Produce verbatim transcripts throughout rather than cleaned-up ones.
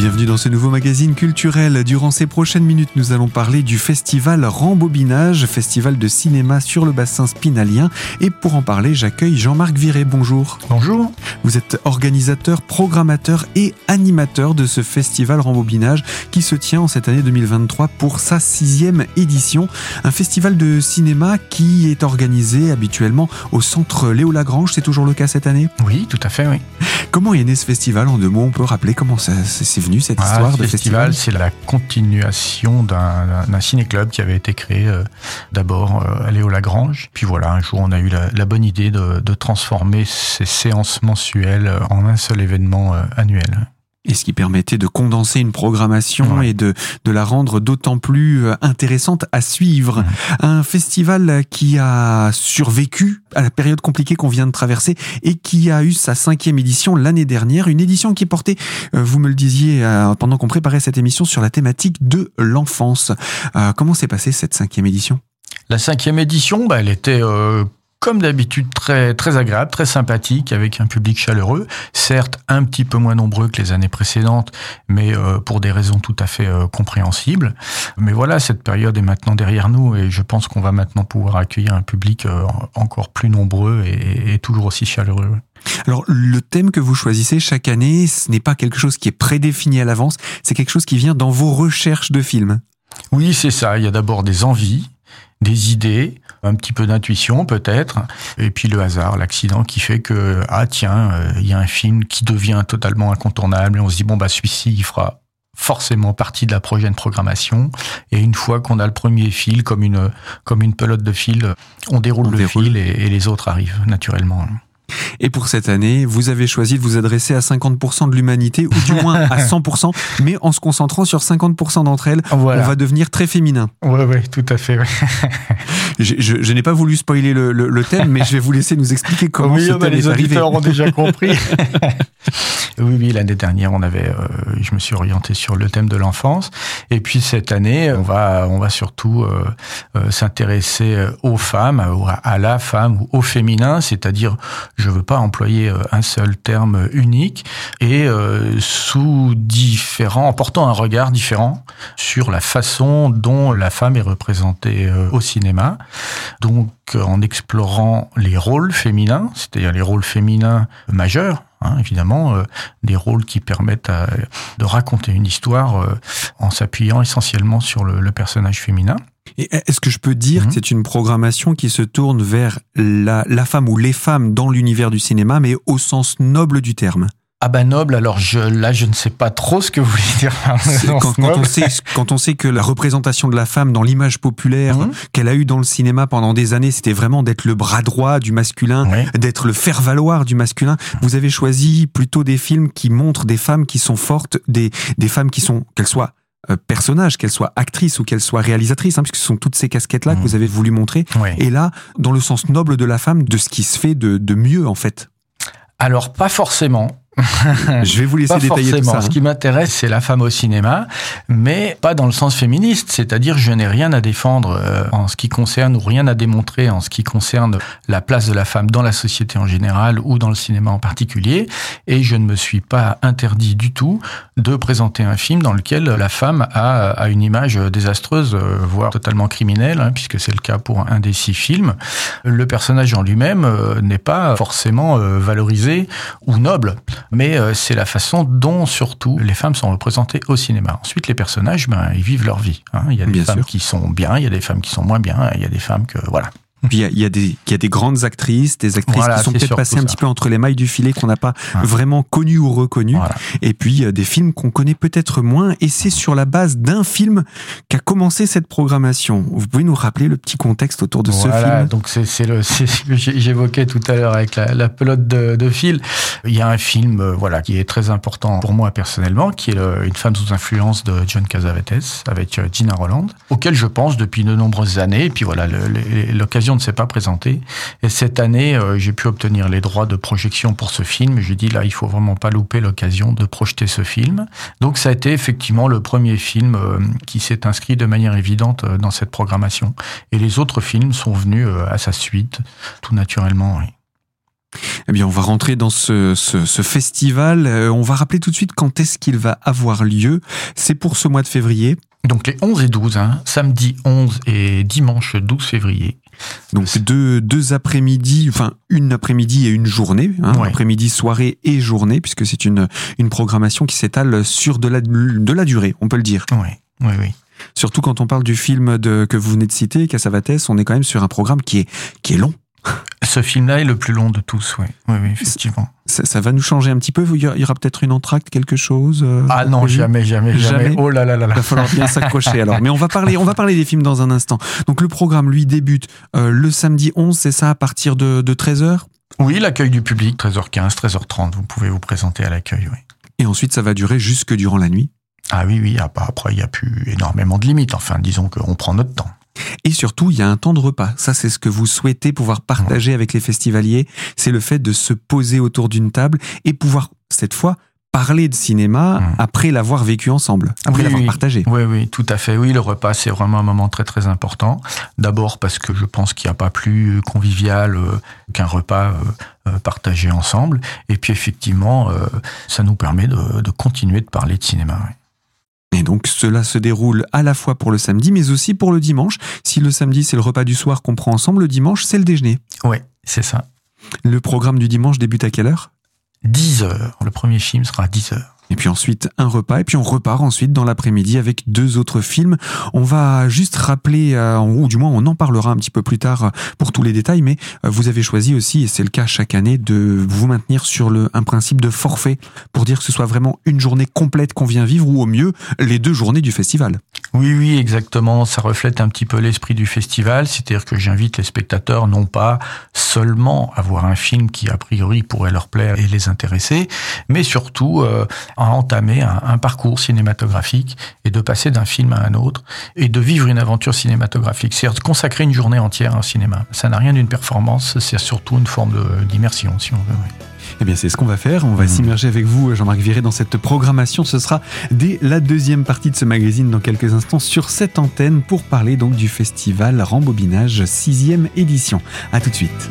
Bienvenue dans ce nouveau magazine culturel. Durant ces prochaines minutes, nous allons parler du festival Rembobinage, festival de cinéma sur le bassin spinalien. Et pour en parler, j'accueille Jean-Marc Viré. Bonjour. Bonjour. Vous êtes organisateur, programmateur et animateur de ce festival Rembobinage qui se tient en cette année deux mille vingt-trois pour sa sixième édition. Un festival de cinéma qui est organisé habituellement au centre Léo Lagrange. C'est toujours le cas cette année ? Oui, tout à fait, oui. Comment est né ce festival ? En deux mots, on peut rappeler comment ça, c'est venu cette ah, histoire ce de festival, festival, c'est la continuation d'un, d'un ciné-club qui avait été créé euh, d'abord euh, à Léo Lagrange. Puis voilà, un jour, on a eu la, la bonne idée de, de transformer ces séances mensuelles en un seul événement euh, annuel. Et ce qui permettait de condenser une programmation ouais. et de, de la rendre d'autant plus intéressante à suivre. Mmh. Un festival qui a survécu à la période compliquée qu'on vient de traverser et qui a eu sa cinquième édition l'année dernière. Une édition qui portait, vous me le disiez pendant qu'on préparait cette émission, sur la thématique de l'enfance. Euh, comment s'est passée cette cinquième édition ? La cinquième édition, bah, elle était... Euh... comme d'habitude, très, très agréable, très sympathique, avec un public chaleureux. Certes, un petit peu moins nombreux que les années précédentes, mais euh, pour des raisons tout à fait euh, compréhensibles. Mais voilà, cette période est maintenant derrière nous et je pense qu'on va maintenant pouvoir accueillir un public euh, encore plus nombreux et, et toujours aussi chaleureux. Alors, le thème que vous choisissez chaque année, ce n'est pas quelque chose qui est prédéfini à l'avance, c'est quelque chose qui vient dans vos recherches de films. Oui, c'est ça. Il y a d'abord des envies, des idées, un petit peu d'intuition peut-être, et puis le hasard, l'accident qui fait que, ah tiens, il euh, y a un film qui devient totalement incontournable, et on se dit, bon, bah celui-ci, il fera forcément partie de la prochaine programmation, et une fois qu'on a le premier fil, comme une, comme une pelote de fil, on déroule on le déroule. fil et, et les autres arrivent naturellement. Et pour cette année, vous avez choisi de vous adresser à cinquante pour cent de l'humanité, ou du moins à cent pour cent, mais en se concentrant sur cinquante pour cent d'entre elles, voilà. On va devenir très féminin. Oui, oui, tout à fait. Ouais. je, je, je n'ai pas voulu spoiler le, le, le thème, mais je vais vous laisser nous expliquer comment oui, ce bah, thème les est arrivé. Les auditeurs ont déjà compris. Oui, oui, l'année dernière, on avait, euh, je me suis orienté sur le thème de l'enfance. Et puis cette année, on va, on va surtout euh, euh, s'intéresser aux femmes, à, à la femme ou au féminin, c'est-à-dire, je veux pas employer un seul terme unique, et euh, sous différents, en portant un regard différent sur la façon dont la femme est représentée euh, au cinéma. Donc, en explorant les rôles féminins, c'est-à-dire les rôles féminins majeurs, hein, évidemment, euh, des rôles qui permettent à, de raconter une histoire euh, en s'appuyant essentiellement sur le, le personnage féminin. Et est-ce que je peux dire mmh. que c'est une programmation qui se tourne vers la, la femme ou les femmes dans l'univers du cinéma, mais au sens noble du terme ? Ah ben noble, alors je, là je ne sais pas trop ce que vous voulez dire. Quand, quand, on sait, quand on sait que la représentation de la femme dans l'image populaire mmh. qu'elle a eue dans le cinéma pendant des années, c'était vraiment d'être le bras droit du masculin, oui. d'être le faire-valoir du masculin. Vous avez choisi plutôt des films qui montrent des femmes qui sont fortes, des, des femmes qui sont, qu'elles soient euh, personnages, qu'elles soient actrices ou qu'elles soient réalisatrices, hein, puisque ce sont toutes ces casquettes-là mmh. que vous avez voulu montrer. Oui. Et là, dans le sens noble de la femme, de ce qui se fait de, de mieux en fait. Alors pas forcément. Je vais vous laisser pas détailler forcément. tout ça. Hein. Ce qui m'intéresse, c'est la femme au cinéma, mais pas dans le sens féministe. C'est-à-dire, je n'ai rien à défendre euh, en ce qui concerne, ou rien à démontrer en ce qui concerne la place de la femme dans la société en général ou dans le cinéma en particulier. Et je ne me suis pas interdit du tout de présenter un film dans lequel la femme a, a une image désastreuse, voire totalement criminelle, hein, puisque c'est le cas pour un des six films. Le personnage en lui-même euh, n'est pas forcément euh, valorisé ou noble. Mais euh, c'est la façon dont, surtout, les femmes sont représentées au cinéma. Ensuite, les personnages, ben, ils vivent leur vie. Hein. Il y a des bien femmes sûr. qui sont bien, il y a des femmes qui sont moins bien, il y a des femmes que... Voilà. Puis il y a, il y a des, il y a des grandes actrices, des actrices voilà, qui sont peut-être passées un ça. petit peu entre les mailles du filet, qu'on n'a pas ouais. vraiment connues ou reconnues. Voilà. Et puis des films qu'on connaît peut-être moins. Et c'est sur la base d'un film qu'a commencé cette programmation. Vous pouvez nous rappeler le petit contexte autour de voilà, ce film ? Donc c'est, c'est, le, c'est ce que j'évoquais tout à l'heure avec la, la pelote de, de fil. Il y a un film euh, voilà, qui est très important pour moi personnellement, qui est le, Une femme sous influence de John Cassavetes, avec euh, Gina Roland, auquel je pense depuis de nombreuses années. Et puis voilà, le, le, l'occasion ne s'est pas présentée. Et cette année, euh, j'ai pu obtenir les droits de projection pour ce film. Je dis là, il faut vraiment pas louper l'occasion de projeter ce film. Donc ça a été effectivement le premier film euh, qui s'est inscrit de manière évidente euh, dans cette programmation. Et les autres films sont venus euh, à sa suite, tout naturellement, oui. Eh bien, on va rentrer dans ce, ce, ce festival. Euh, on va rappeler tout de suite quand est-ce qu'il va avoir lieu. C'est pour ce mois de février. Donc les onze et douze, hein, samedi onze et dimanche douze février. Donc c'est deux, deux après-midi, enfin une après-midi et une journée, hein, ouais. Après-midi, soirée et journée, puisque c'est une, une programmation qui s'étale sur de la, de la durée, on peut le dire. Oui, oui, oui. Surtout quand on parle du film de, que vous venez de citer, Cassavetes, on est quand même sur un programme qui est, qui est long. Ce film-là est le plus long de tous, oui, oui, oui, effectivement. Ça, ça va nous changer un petit peu. Il y aura, il y aura peut-être une entracte, quelque chose. Euh, ah non, jamais, jamais, jamais, jamais. Oh là là là là. Il va falloir bien s'accrocher alors. Mais on va parler, on va parler des films dans un instant. Donc le programme, lui, débute euh, le samedi onze, c'est ça, à partir de, de treize heures ? Oui, l'accueil du public, treize heures quinze, treize heures trente. Vous pouvez vous présenter à l'accueil, oui. Et ensuite, ça va durer jusque durant la nuit ? Ah oui, oui. Après, il n'y a plus énormément de limites. Enfin, disons qu'on prend notre temps. Et surtout, il y a un temps de repas. Ça, c'est ce que vous souhaitez pouvoir partager ouais. avec les festivaliers. C'est le fait de se poser autour d'une table et pouvoir, cette fois, parler de cinéma mmh. après l'avoir vécu ensemble, après oui, l'avoir oui. partagé. Oui, oui, tout à fait. Oui, le repas, c'est vraiment un moment très, très important. D'abord parce que je pense qu'il n'y a pas plus convivial euh, qu'un repas euh, euh, partagé ensemble. Et puis, effectivement, euh, ça nous permet de, de continuer de parler de cinéma. Oui. Et donc cela se déroule à la fois pour le samedi, mais aussi pour le dimanche. Si le samedi, c'est le repas du soir qu'on prend ensemble, le dimanche, c'est le déjeuner. Oui, c'est ça. Le programme du dimanche débute à quelle heure ? dix heures. Le premier film sera à dix heures. Et puis ensuite, un repas, et puis on repart ensuite dans l'après-midi avec deux autres films. On va juste rappeler, euh, ou du moins on en parlera un petit peu plus tard pour tous les détails, mais euh, vous avez choisi aussi, et c'est le cas chaque année, de vous maintenir sur le, un principe de forfait, pour dire que ce soit vraiment une journée complète qu'on vient vivre, ou au mieux, les deux journées du festival. Oui, oui, exactement. Ça reflète un petit peu l'esprit du festival, c'est-à-dire que j'invite les spectateurs non pas seulement à voir un film qui, a priori, pourrait leur plaire et les intéresser, mais surtout euh, à entamer un, un parcours cinématographique et de passer d'un film à un autre et de vivre une aventure cinématographique. C'est-à-dire de consacrer une journée entière au cinéma. Ça n'a rien d'une performance, c'est surtout une forme de, d'immersion, si on veut. Oui. Eh bien, c'est ce qu'on va faire. On va mmh. s'immerger avec vous, Jean-Marc Viré, dans cette programmation. Ce sera dès la deuxième partie de ce magazine dans quelques instants sur cette antenne pour parler donc du festival Rembobinage sixième édition. À tout de suite.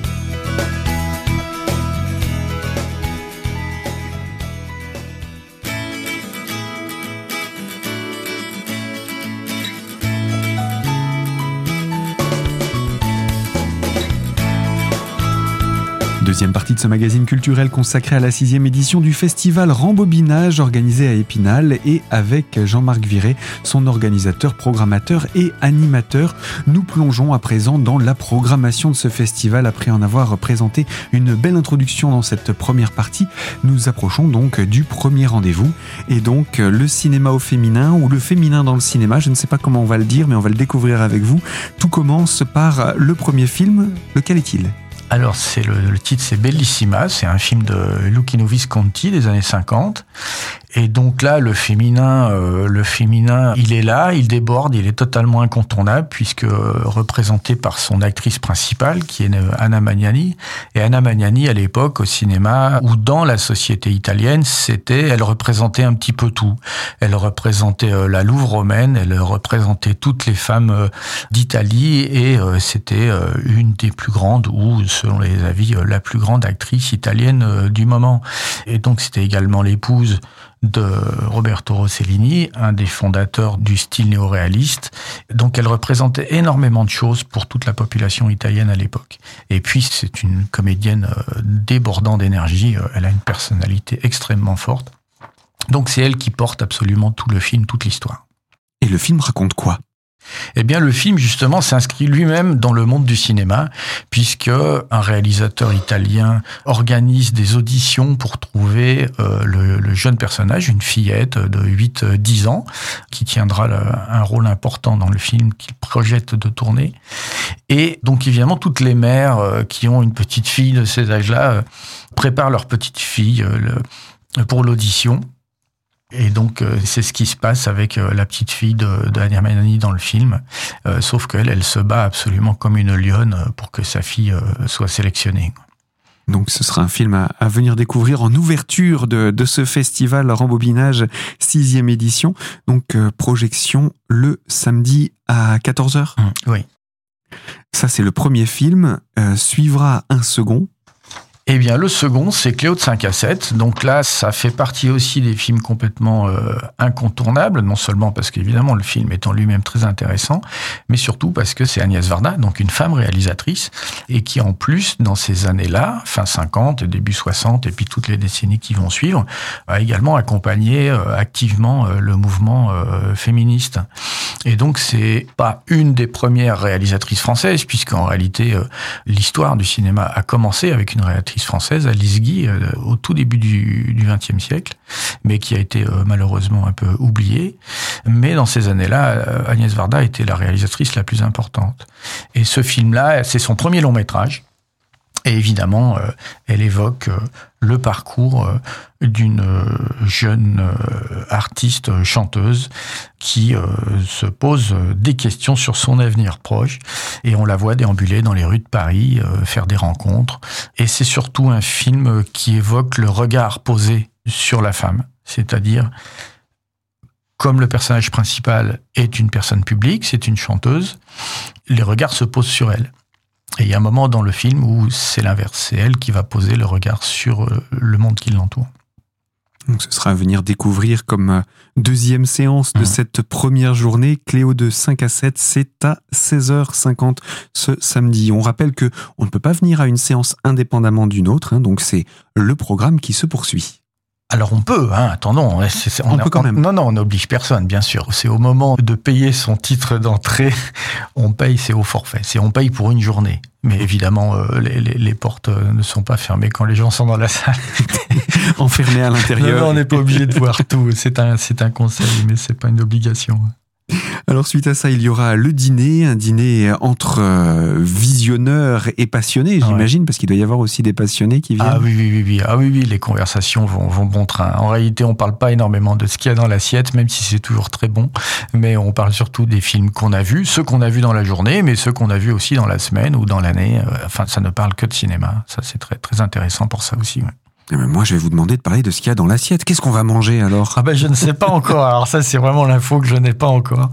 Deuxième partie de ce magazine culturel consacré à la sixième édition du festival Rembobinage organisé à Épinal et avec Jean-Marc Viré, son organisateur, programmateur et animateur. Nous plongeons à présent dans la programmation de ce festival après en avoir présenté une belle introduction dans cette première partie. Nous approchons donc du premier rendez-vous et donc le cinéma au féminin ou le féminin dans le cinéma, je ne sais pas comment on va le dire mais on va le découvrir avec vous. Tout commence par le premier film, lequel est-il ? Alors, c'est le, le titre, c'est Bellissima, c'est un film de Luchino Visconti des années cinquante. Et donc là, le féminin, euh, le féminin, il est là, il déborde, il est totalement incontournable puisque euh, représenté par son actrice principale, qui est Anna Magnani. Et Anna Magnani, à l'époque, au cinéma ou dans la société italienne, c'était, elle représentait un petit peu tout. Elle représentait euh, la Louve romaine, elle représentait toutes les femmes euh, d'Italie et euh, c'était euh, une des plus grandes ou, selon les avis, euh, la plus grande actrice italienne euh, du moment. Et donc, c'était également l'épouse de Roberto Rossellini, un des fondateurs du style néoréaliste. Donc elle représentait énormément de choses pour toute la population italienne à l'époque. Et puis c'est une comédienne débordant d'énergie, elle a une personnalité extrêmement forte. Donc c'est elle qui porte absolument tout le film, toute l'histoire. Et le film raconte quoi ? Eh bien, le film, justement, s'inscrit lui-même dans le monde du cinéma, puisque un réalisateur italien organise des auditions pour trouver euh, le, le jeune personnage, une fillette de huit dix ans, qui tiendra le, un rôle important dans le film qu'il projette de tourner. Et donc, évidemment, toutes les mères euh, qui ont une petite fille de ces âges-là euh, préparent leur petite fille euh, le, pour l'audition. Et donc, c'est ce qui se passe avec la petite fille de, de Anna Magnani dans le film. Euh, sauf qu'elle, elle se bat absolument comme une lionne pour que sa fille euh, soit sélectionnée. Donc, ce sera un film à, à venir découvrir en ouverture de, de ce festival Rembobinage sixième édition. Donc, euh, projection le samedi à quatorze heures. Mmh, oui. Ça, c'est le premier film. Euh, suivra un second. Eh bien, le second, c'est Cléo de cinq à sept. Donc là, ça fait partie aussi des films complètement euh, incontournables, non seulement parce qu'évidemment, le film est en lui-même très intéressant, mais surtout parce que c'est Agnès Varda, donc une femme réalisatrice, et qui en plus, dans ces années-là, fin cinquante, début soixante, et puis toutes les décennies qui vont suivre, a également accompagné euh, activement euh, le mouvement euh, féministe. Et donc, c'est pas une des premières réalisatrices françaises, puisqu'en réalité, euh, l'histoire du cinéma a commencé avec une réalisatrice française, Alice Guy, euh, au tout début du vingtième siècle, mais qui a été euh, malheureusement un peu oubliée. Mais dans ces années-là, euh, Agnès Varda était la réalisatrice la plus importante. Et ce film-là, c'est son premier long métrage. Et évidemment, euh, elle évoque euh, le parcours euh, d'une euh, jeune euh, artiste euh, chanteuse qui euh, se pose euh, des questions sur son avenir proche. Et on la voit déambuler dans les rues de Paris, euh, faire des rencontres. Et c'est surtout un film qui évoque le regard posé sur la femme. C'est-à-dire, comme le personnage principal est une personne publique, c'est une chanteuse, les regards se posent sur elle. Et il y a un moment dans le film où c'est l'inverse. C'est elle qui va poser le regard sur le monde qui l'entoure. Donc ce sera à venir découvrir comme deuxième séance de mmh. cette première journée. Cléo de cinq à sept, c'est à seize heures cinquante ce samedi. On rappelle que on ne peut pas venir à une séance indépendamment d'une autre, hein, donc c'est le programme qui se poursuit. Alors on peut, hein, attendons. C'est, c'est, on, on peut quand même. Non, non, on n'oblige personne, bien sûr. C'est au moment de payer son titre d'entrée, on paye, c'est au forfait. C'est on paye pour une journée. Mais évidemment, euh, les, les, les portes ne sont pas fermées quand les gens sont dans la salle. Enfermés à l'intérieur. Non, non, on n'est pas obligé de voir tout. C'est un, c'est un conseil, mais c'est pas une obligation. Alors suite à ça, il y aura le dîner, un dîner entre euh, visionneurs et passionnés, j'imagine, ouais. Parce qu'il doit y avoir aussi des passionnés qui viennent. Ah oui, oui, oui, oui. Ah oui, oui, les conversations vont, vont bon train. En réalité, on parle pas énormément de ce qu'il y a dans l'assiette, même si c'est toujours très bon, mais on parle surtout des films qu'on a vus, ceux qu'on a vus dans la journée, mais ceux qu'on a vus aussi dans la semaine ou dans l'année. Enfin, ça ne parle que de cinéma. Ça, c'est très, très intéressant pour ça aussi, ouais. Moi, je vais vous demander de parler de ce qu'il y a dans l'assiette. Qu'est-ce qu'on va manger alors ? Ah ben, je ne sais pas encore. Alors ça, c'est vraiment l'info que je n'ai pas encore.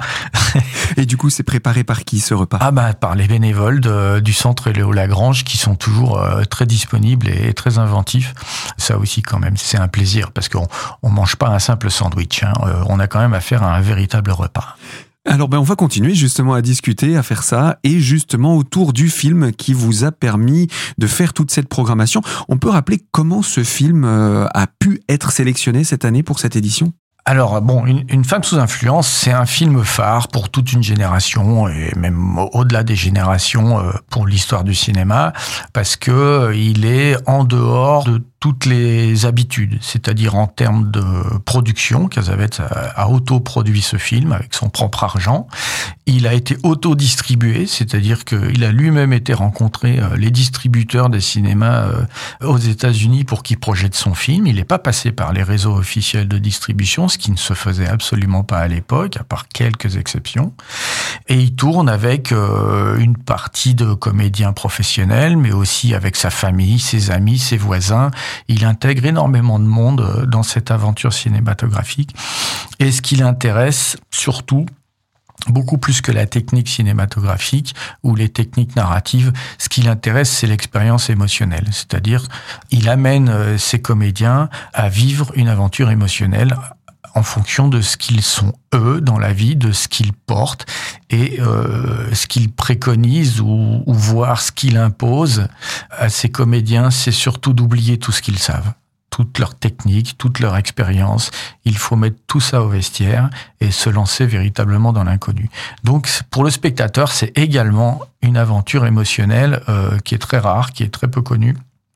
Et du coup, c'est préparé par qui ce repas ? Ah ben, par les bénévoles de, du centre Léo Lagrange qui sont toujours euh, très disponibles et, et très inventifs. Ça aussi, quand même, c'est un plaisir parce qu'on on mange pas un simple sandwich. Hein. Euh, on a quand même affaire à un véritable repas. Alors ben on va continuer justement à discuter, à faire ça, et justement autour du film qui vous a permis de faire toute cette programmation. On peut rappeler comment ce film a pu être sélectionné cette année pour cette édition ? Alors, bon, une, une femme sous influence, c'est un film phare pour toute une génération et même au-delà des générations pour l'histoire du cinéma, parce que il est en dehors de toutes les habitudes, c'est-à-dire en termes de production. Cassavetes a, a autoproduit ce film avec son propre argent. Il a été autodistribué, c'est-à-dire qu'il a lui-même été rencontrer les distributeurs des cinémas aux États-Unis pour qu'ils projettent son film. Il n'est pas passé par les réseaux officiels de distribution, ce qui ne se faisait absolument pas à l'époque, à part quelques exceptions. Et il tourne avec une partie de comédiens professionnels, mais aussi avec sa famille, ses amis, ses voisins. Il intègre énormément de monde dans cette aventure cinématographique. Et ce qui l'intéresse surtout, beaucoup plus que la technique cinématographique ou les techniques narratives, ce qui l'intéresse, c'est l'expérience émotionnelle. C'est-à-dire, il amène ses comédiens à vivre une aventure émotionnelle en fonction de ce qu'ils sont eux dans la vie, de ce qu'ils portent et euh, ce qu'ils préconisent ou, ou voir ce qu'ils imposent à ces comédiens, c'est surtout d'oublier tout ce qu'ils savent, toute leur technique, toute leur expérience. Il faut mettre tout ça au vestiaire et se lancer véritablement dans l'inconnu. Donc pour le spectateur, c'est également une aventure émotionnelle euh, qui est très rare, qui est très peu connue.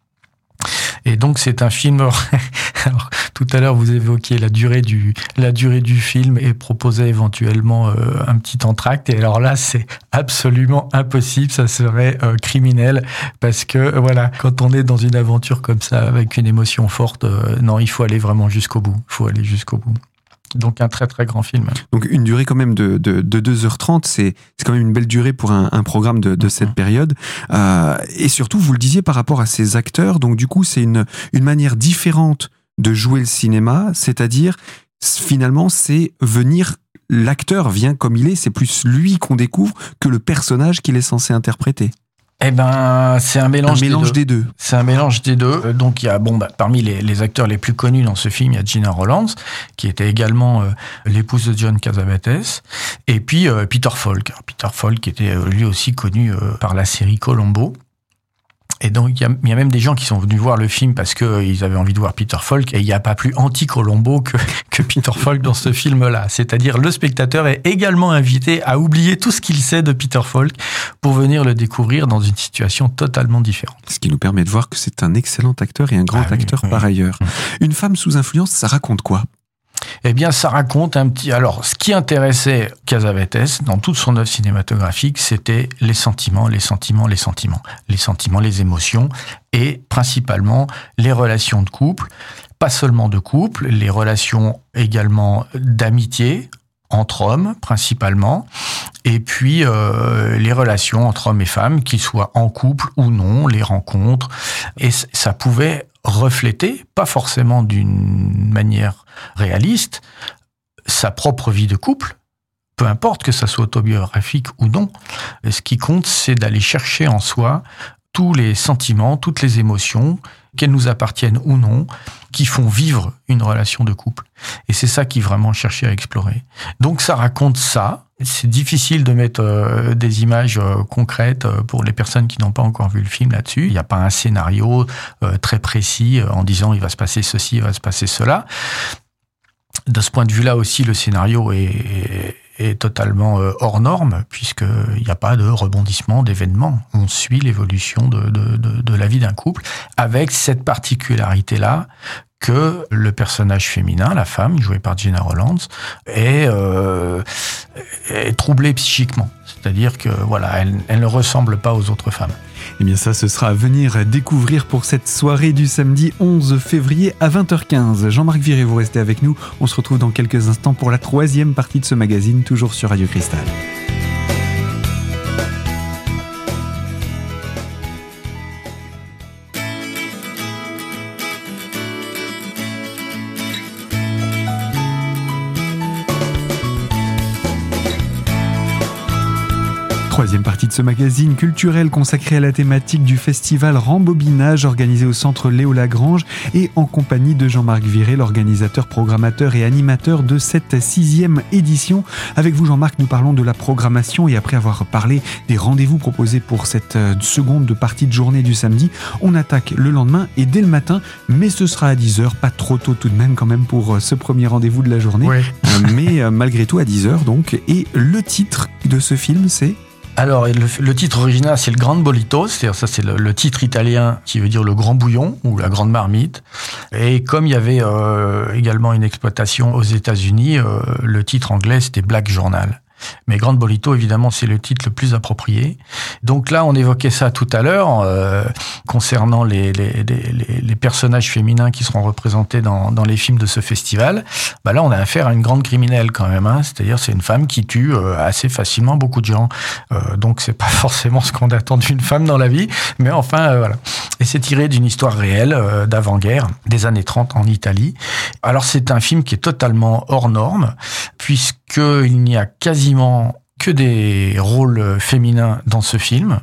Et donc c'est un film. Alors, tout à l'heure vous évoquiez la durée du la durée du film et proposez éventuellement euh, un petit entracte. Et alors là c'est absolument impossible, ça serait euh, criminel parce que voilà, quand on est dans une aventure comme ça avec une émotion forte, euh, non, il faut aller vraiment jusqu'au bout. Il faut aller jusqu'au bout. Donc un très très grand film. Donc une durée quand même de, de, de deux heures trente, c'est, c'est quand même une belle durée pour un, un programme de, de cette période. Euh, et surtout, vous le disiez par rapport à ces acteurs, donc du coup c'est une, une manière différente de jouer le cinéma, c'est-à-dire finalement c'est venir, l'acteur vient comme il est, c'est plus lui qu'on découvre que le personnage qu'il est censé interpréter. Eh ben, c'est un mélange, un mélange des, deux. des deux. C'est un mélange des deux. Donc, il y a, bon, bah, parmi les, les acteurs les plus connus dans ce film, il y a Gina Rowlands, qui était également euh, l'épouse de John Cassavetes, et puis euh, Peter Falk. Alors, Peter Falk, qui était euh, lui aussi connu euh, par la série Columbo. Et donc, il y, a, il y a même des gens qui sont venus voir le film parce que euh, ils avaient envie de voir Peter Falk, et il n'y a pas plus anti-Columbo que, que Peter Falk dans ce film-là. C'est-à-dire, le spectateur est également invité à oublier tout ce qu'il sait de Peter Falk pour venir le découvrir dans une situation totalement différente. Ce qui nous permet de voir que c'est un excellent acteur et un grand ah, acteur oui, par oui. ailleurs. Une femme sous influence, ça raconte quoi ? Eh bien, ça raconte un petit... Alors, ce qui intéressait Cassavetes dans toute son œuvre cinématographique, c'était les sentiments, les sentiments, les sentiments. Les sentiments, les émotions, et principalement les relations de couple. Pas seulement de couple, les relations également d'amitié, entre hommes principalement, et puis euh, les relations entre hommes et femmes, qu'ils soient en couple ou non, les rencontres. Et ça pouvait refléter, pas forcément d'une manière réaliste, sa propre vie de couple, peu importe que ça soit autobiographique ou non. Et ce qui compte, c'est d'aller chercher en soi tous les sentiments, toutes les émotions, qu'elles nous appartiennent ou non, qui font vivre une relation de couple. Et c'est ça qui est vraiment cherché à explorer. Donc ça raconte ça. C'est difficile de mettre euh, des images euh, concrètes euh, pour les personnes qui n'ont pas encore vu le film là-dessus. Il n'y a pas un scénario euh, très précis euh, en disant il va se passer ceci, il va se passer cela. De ce point de vue-là aussi, le scénario est, est, est totalement euh, hors norme, puisqu'il n'y a pas de rebondissement d'événements. On suit l'évolution de, de, de, de la vie d'un couple, avec cette particularité-là que le personnage féminin, la femme, jouée par Gina Rowlands, est, euh, est troublée psychiquement. C'est-à-dire que voilà, elle, elle ne ressemble pas aux autres femmes. Eh bien ça, ce sera à venir découvrir pour cette soirée du samedi onze février à vingt heures quinze. Jean-Marc Viré, vous restez avec nous. On se retrouve dans quelques instants pour la troisième partie de ce magazine, toujours sur Radio Cristal. Troisième partie de ce magazine culturel consacré à la thématique du festival Rembobinage organisé au centre Léo Lagrange et en compagnie de Jean-Marc Viré, l'organisateur, programmateur et animateur de cette sixième édition. Avec vous, Jean-Marc, nous parlons de la programmation et après avoir parlé des rendez-vous proposés pour cette seconde partie de journée du samedi, on attaque le lendemain et dès le matin, mais ce sera à dix heures, pas trop tôt tout de même quand même pour ce premier rendez-vous de la journée, oui. mais malgré tout à dix heures donc. Et le titre de ce film, c'est... Alors, le, le titre original, c'est le Grande Bolito, c'est-à-dire ça, c'est le, le titre italien qui veut dire le grand bouillon ou la grande marmite. Et comme il y avait euh, également une exploitation aux États-Unis, euh, le titre anglais, c'était Black Journal. Mais Grande Bolito, évidemment, c'est le titre le plus approprié. Donc là, on évoquait ça tout à l'heure, euh, concernant les, les, les, les personnages féminins qui seront représentés dans, dans les films de ce festival. Bah là, on a affaire à une grande criminelle quand même, hein. C'est-à-dire, c'est une femme qui tue euh, assez facilement beaucoup de gens. Euh, donc, c'est pas forcément ce qu'on attend d'une femme dans la vie, mais enfin, euh, voilà. Et c'est tiré d'une histoire réelle euh, d'avant-guerre, des années trente en Italie. Alors, c'est un film qui est totalement hors norme, puisqu'il n'y a quasiment que des rôles féminins dans ce film,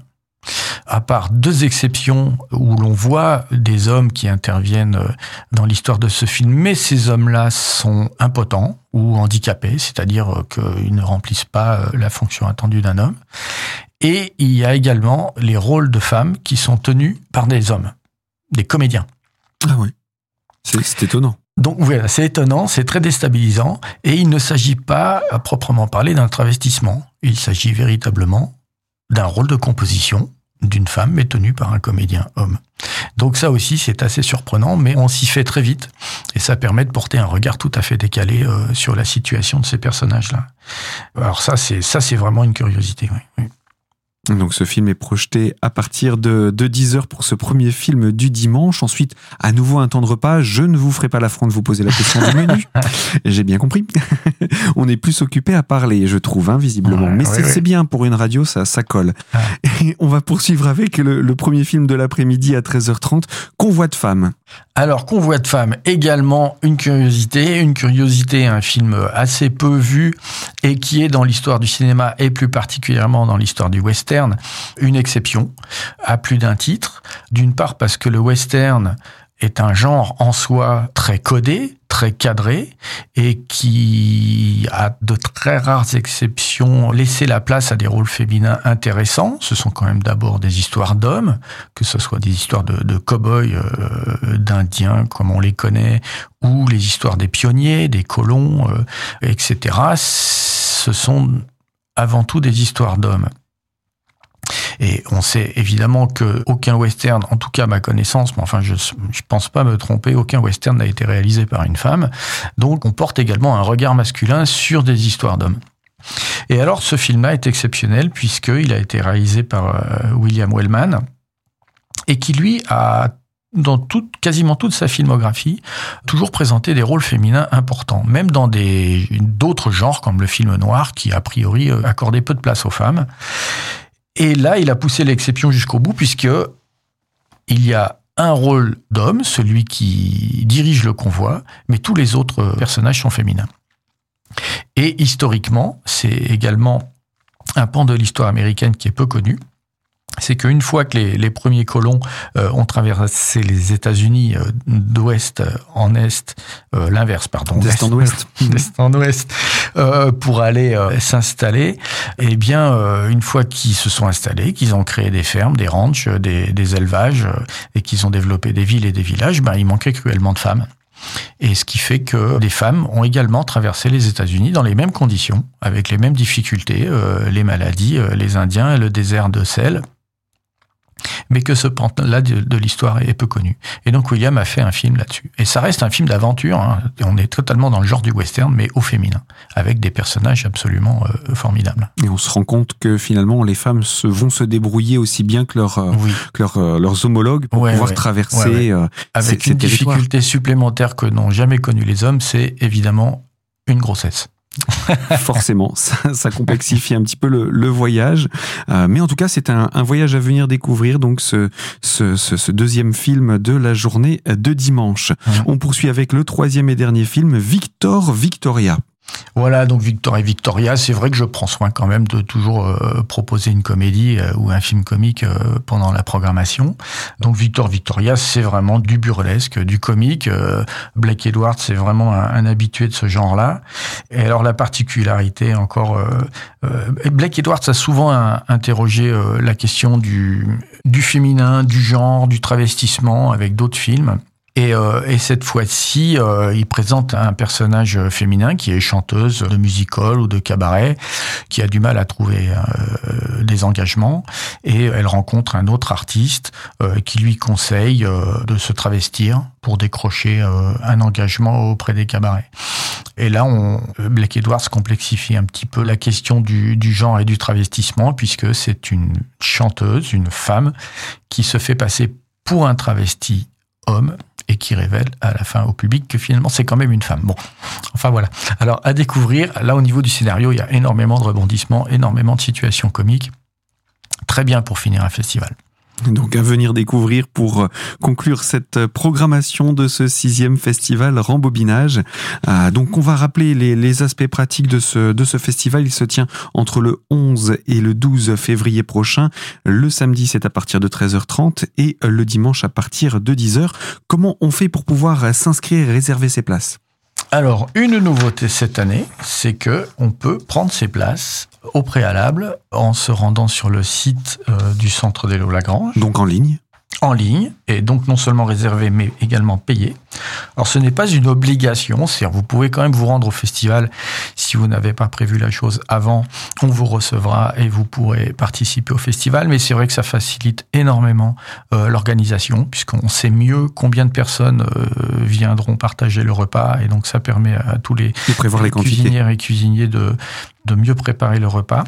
à part deux exceptions où l'on voit des hommes qui interviennent dans l'histoire de ce film, mais ces hommes-là sont impotents ou handicapés, c'est-à-dire qu'ils ne remplissent pas la fonction attendue d'un homme. Et il y a également les rôles de femmes qui sont tenus par des hommes, des comédiens. Ah oui, c'est, c'est étonnant. Donc voilà, c'est étonnant, c'est très déstabilisant, et il ne s'agit pas, à proprement parler, d'un travestissement. Il s'agit véritablement d'un rôle de composition d'une femme, mais tenue par un comédien homme. Donc ça aussi, c'est assez surprenant, mais on s'y fait très vite, et ça permet de porter un regard tout à fait décalé euh, sur la situation de ces personnages-là. Alors ça, c'est ça, c'est vraiment une curiosité, oui. oui. Donc ce film est projeté à partir de, de dix heures pour ce premier film du dimanche. Ensuite, à nouveau un temps de repas. Je ne vous ferai pas l'affront de vous poser la question du menu. J'ai bien compris. On est plus occupé à parler, je trouve, hein, visiblement. Ouais, Mais ouais, c'est, ouais. c'est bien pour une radio, ça, ça colle. Ah. Et on va poursuivre avec le, le premier film de l'après-midi à treize heures trente, Convoi de femmes. Alors, Convoi de femmes, également une curiosité. Une curiosité, un film assez peu vu et qui est dans l'histoire du cinéma et plus particulièrement dans l'histoire du western, une exception à plus d'un titre. D'une part parce que le western est un genre en soi très codé, très cadré, et qui, à de très rares exceptions, laissé la place à des rôles féminins intéressants. Ce sont quand même d'abord des histoires d'hommes, que ce soit des histoires de, de cow-boys, euh, d'indiens, comme on les connaît, ou les histoires des pionniers, des colons, euh, et cetera. Ce sont avant tout des histoires d'hommes. Et on sait évidemment que aucun western, en tout cas à ma connaissance, mais enfin je je pense pas me tromper, aucun western n'a été réalisé par une femme. Donc on porte également un regard masculin sur des histoires d'hommes. Et alors ce film-là est exceptionnel puisqu'il a été réalisé par euh, William Wellman et qui lui a dans toute, quasiment toute sa filmographie, toujours présenté des rôles féminins importants, même dans des d'autres genres comme le film noir qui a priori accordait peu de place aux femmes. Et là, il a poussé l'exception jusqu'au bout, puisque il y a un rôle d'homme, celui qui dirige le convoi, mais tous les autres personnages sont féminins. Et historiquement, c'est également un pan de l'histoire américaine qui est peu connu. C'est qu'une fois que les, les premiers colons euh, ont traversé les États-Unis euh, d'ouest en est, euh, l'inverse, pardon, d'est en ouest, d'est en ouest, euh, pour aller euh, s'installer, eh bien, euh, une fois qu'ils se sont installés, qu'ils ont créé des fermes, des ranchs, des, des élevages, euh, et qu'ils ont développé des villes et des villages, ben, il manquait cruellement de femmes. Et ce qui fait que les femmes ont également traversé les États-Unis dans les mêmes conditions, avec les mêmes difficultés, euh, les maladies, euh, les Indiens, le désert de sel, mais que ce pan-là de, de l'histoire est peu connu. Et donc William a fait un film là-dessus. Et ça reste un film d'aventure, hein. On est totalement dans le genre du western, mais au féminin, avec des personnages absolument euh, formidables. Et on se rend compte que finalement les femmes se, vont se débrouiller aussi bien que, leur, oui. que leur, euh, leurs homologues pour ouais, pouvoir ouais. traverser ouais, ouais. Euh, avec ces, une ces difficulté supplémentaire que n'ont jamais connue les hommes, c'est évidemment une grossesse. Forcément, ça, ça complexifie un petit peu le, le voyage, euh, mais en tout cas c'est un, un voyage à venir découvrir, donc ce, ce, ce, ce deuxième film de la journée de dimanche. Mmh. On poursuit avec le troisième et dernier film, Victor Victoria. Voilà, donc Victor et Victoria, c'est vrai que je prends soin quand même de toujours euh, proposer une comédie euh, ou un film comique euh, pendant la programmation. Donc Victor Victoria, c'est vraiment du burlesque, du comique. Euh, Blake Edwards, c'est vraiment un, un habitué de ce genre-là. Et alors la particularité encore, euh, euh, Blake Edwards a souvent un, interrogé euh, la question du, du féminin, du genre, du travestissement avec d'autres films. Et, euh, et cette fois-ci, euh, il présente un personnage féminin qui est chanteuse de musical ou de cabaret, qui a du mal à trouver euh, des engagements, et elle rencontre un autre artiste euh, qui lui conseille euh, de se travestir pour décrocher euh, un engagement auprès des cabarets. Et là, on, Blake Edwards complexifie un petit peu la question du, du genre et du travestissement, puisque c'est une chanteuse, une femme, qui se fait passer pour un travesti homme, et qui révèle à la fin au public que finalement c'est quand même une femme. Bon, enfin voilà. Alors à découvrir, là au niveau du scénario, il y a énormément de rebondissements, énormément de situations comiques. Très bien pour finir un festival. Donc à venir découvrir pour conclure cette programmation de ce sixième festival Rembobinage. Euh, donc on va rappeler les, les aspects pratiques de ce, de ce festival. Il se tient entre le onze et le douze février prochain. Le samedi c'est à partir de treize heures trente et le dimanche à partir de dix heures. Comment on fait pour pouvoir s'inscrire et réserver ses places ? Alors, une nouveauté cette année, c'est que on peut prendre ses places au préalable en se rendant sur le site euh, du Centre Dello-Lagrange. Donc en ligne ? En ligne, et donc non seulement réservé, mais également payé. Alors ce n'est pas une obligation, c'est-à-dire vous pouvez quand même vous rendre au festival si vous n'avez pas prévu la chose avant, on vous recevra et vous pourrez participer au festival, mais c'est vrai que ça facilite énormément euh, l'organisation, puisqu'on sait mieux combien de personnes euh, viendront partager le repas, et donc ça permet à tous les, de prévoir les cuisinières et cuisiniers de, de mieux préparer le repas.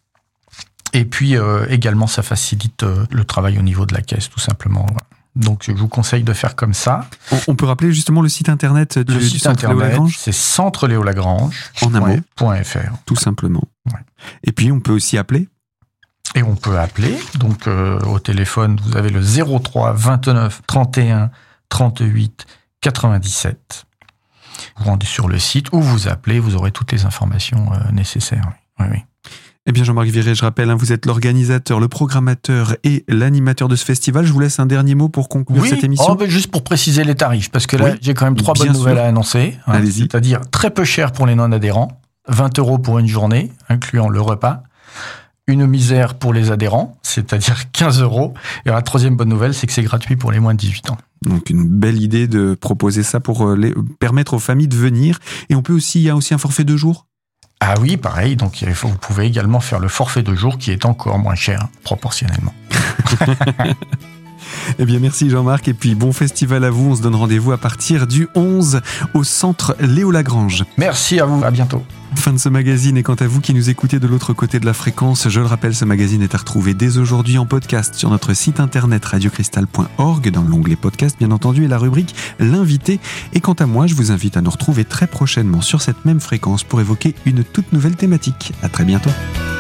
Et puis euh, également, ça facilite euh, le travail au niveau de la caisse, tout simplement. Donc, je vous conseille de faire comme ça. On, on peut rappeler justement le site internet du, le site du Centre internet, Léo-Lagrange ? C'est centre léo lagrange en un mot. .fr. Tout simplement. Ouais. Et puis, on peut aussi appeler ? Et on peut appeler. Donc, euh, au téléphone, vous avez le zéro trois vingt-neuf trente et un trente-huit quatre-vingt-dix-sept. Vous rendez sur le site ou vous appelez, vous aurez toutes les informations euh, nécessaires. Oui, oui. Eh bien, Jean-Marc Viré, je rappelle, hein, vous êtes l'organisateur, le programmateur et l'animateur de ce festival. Je vous laisse un dernier mot pour conclure oui. cette émission. Oh, ben juste pour préciser les tarifs, parce que là, oui. j'ai quand même trois bien bonnes sûr. nouvelles à annoncer. Hein, Allez-y. C'est-à-dire très peu cher pour les non-adhérents, vingt euros pour une journée, incluant le repas. Une misère pour les adhérents, c'est-à-dire quinze euros. Et la troisième bonne nouvelle, c'est que c'est gratuit pour les moins de dix-huit ans. Donc une belle idée de proposer ça pour les, permettre aux familles de venir. Et on peut aussi, il y a aussi un forfait de jour ? Ah oui, pareil. Donc il faut, vous pouvez également faire le forfait de jour qui est encore moins cher, proportionnellement. Eh bien, merci Jean-Marc. Et puis, bon festival à vous. On se donne rendez-vous à partir du onze au centre Léo Lagrange. Merci à vous. À bientôt. Fin de ce magazine. Et quant à vous qui nous écoutez de l'autre côté de la fréquence, je le rappelle, ce magazine est à retrouver dès aujourd'hui en podcast sur notre site internet radio cristal point org, dans l'onglet podcast, bien entendu, et la rubrique L'invité. Et quant à moi, je vous invite à nous retrouver très prochainement sur cette même fréquence pour évoquer une toute nouvelle thématique. À très bientôt.